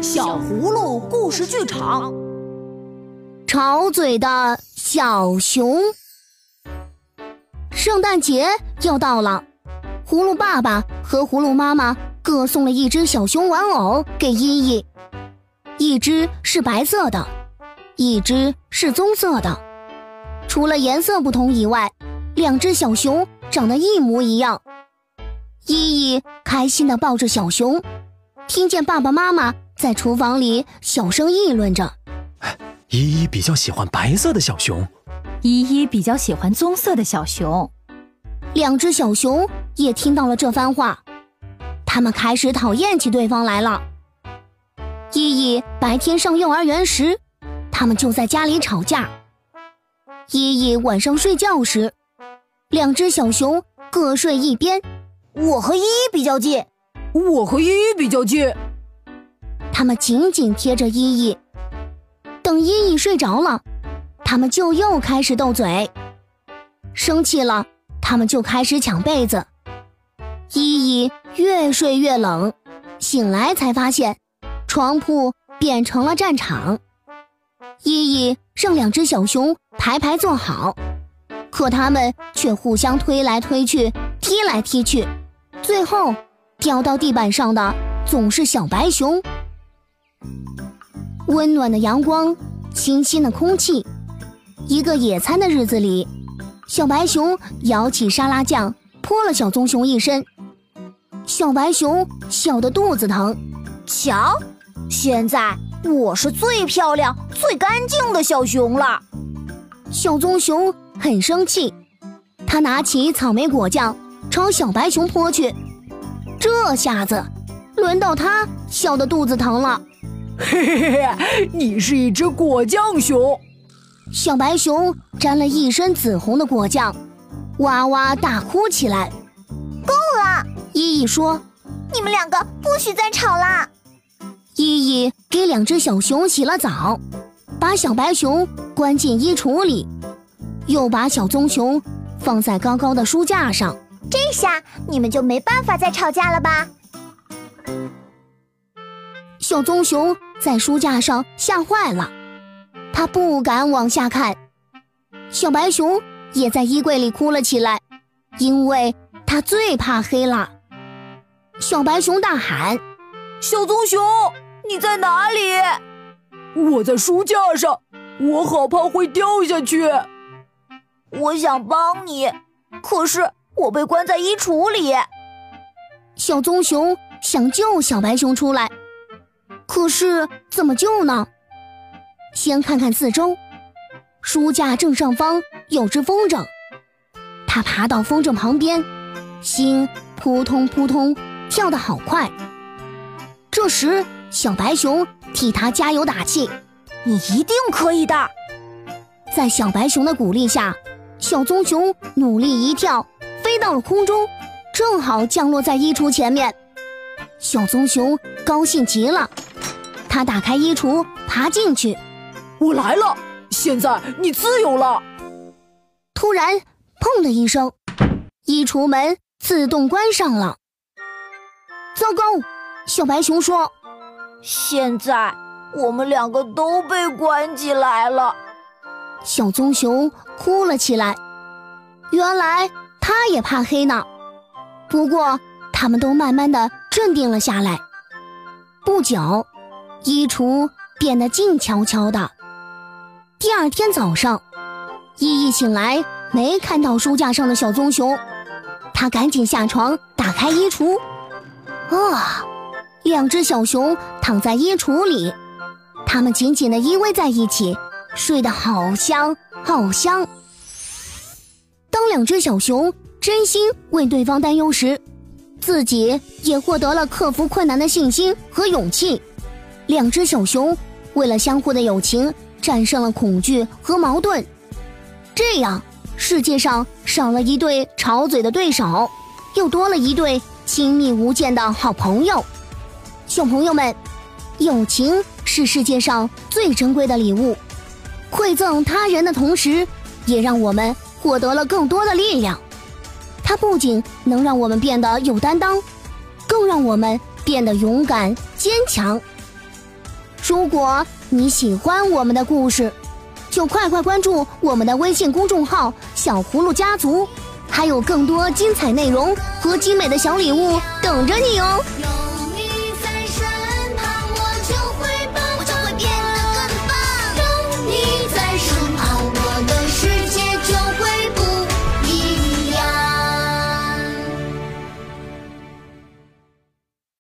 小葫芦故事剧场。 吵嘴的小熊。圣诞节要到了，葫芦爸爸和葫芦妈妈各送了一只小熊玩偶给依依，一只是白色的，一只是棕色的。除了颜色不同以外，两只小熊长得一模一样。依依开心地抱着小熊，听见爸爸妈妈在厨房里小声议论着。 依依比较喜欢白色的小熊， 依依比较喜欢棕色的小熊。 两只小熊也听到了这番话，他们开始讨厌起对方来了。依依白天上幼儿园时，他们就在家里吵架。依依晚上睡觉时，两只小熊各睡一边。 我和依依比较近， 我和依依比较近。 他们紧紧贴着依依。等依依睡着了，他们就又开始斗嘴。生气了，他们就开始抢被子。依依越睡越冷，醒来才发现床铺变成了战场。依依让两只小熊排排坐好，可他们却互相推来推去，踢来踢去，最后掉到地板上的总是小白熊。温暖的阳光，清新的空气，一个野餐的日子里，小白熊舀起沙拉酱泼了小棕熊一身。小白熊笑得肚子疼， 瞧，现在我是最漂亮最干净的小熊了。 小棕熊很生气，他拿起草莓果酱朝小白熊泼去，这下子轮到他笑得肚子疼了。 嘿嘿嘿，你是一只果酱熊。 小白熊沾了一身紫红的果酱，哇哇大哭起来。 够了， 依依说， 你们两个不许再吵啦。 依依给两只小熊洗了澡，把小白熊关进衣橱里，又把小棕熊放在高高的书架上。 这下你们就没办法再吵架了吧？ 小棕熊在书架上吓坏了，他不敢往下看。小白熊也在衣柜里哭了起来，因为他最怕黑了。小白熊大喊： 小棕熊，你在哪里？ 我在书架上，我好怕会掉下去。 我想帮你，可是我被关在衣橱里。 小棕熊想救小白熊出来，可是怎么救呢？先看看四周，书架正上方有只风筝，它爬到风筝旁边，心扑通扑通跳得好快。这时小白熊替它加油打气： 你一定可以的。 在小白熊的鼓励下，小棕熊努力一跳，飞到了空中，正好降落在衣橱前面。小棕熊高兴极了，它打开衣橱爬进去。 我来了，现在你自由了。 突然砰的一声，衣橱门自动关上了。糟糕，小白熊说， 现在我们两个都被关起来了。 小棕熊哭了起来，原来他也怕黑呢。不过他们都慢慢地镇定了下来。不久，衣橱变得静悄悄的。第二天早上，依依醒来没看到书架上的小棕熊，她赶紧下床打开衣橱。两只小熊躺在衣橱里，它们紧紧地依偎在一起，睡得好香好香。当两只小熊真心为对方担忧时，自己也获得了克服困难的信心和勇气。两只小熊为了相互的友情，战胜了恐惧和矛盾。这样，世界上少了一对吵嘴的对手，又多了一对亲密无间的好朋友。小朋友们，友情是世界上最珍贵的礼物，馈赠他人的同时，也让我们获得了更多的力量。它不仅能让我们变得有担当，更让我们变得勇敢坚强。 如果你喜欢我们的故事，就快快关注我们的微信公众号“小葫芦家族”，还有更多精彩内容和精美的小礼物等着你哦。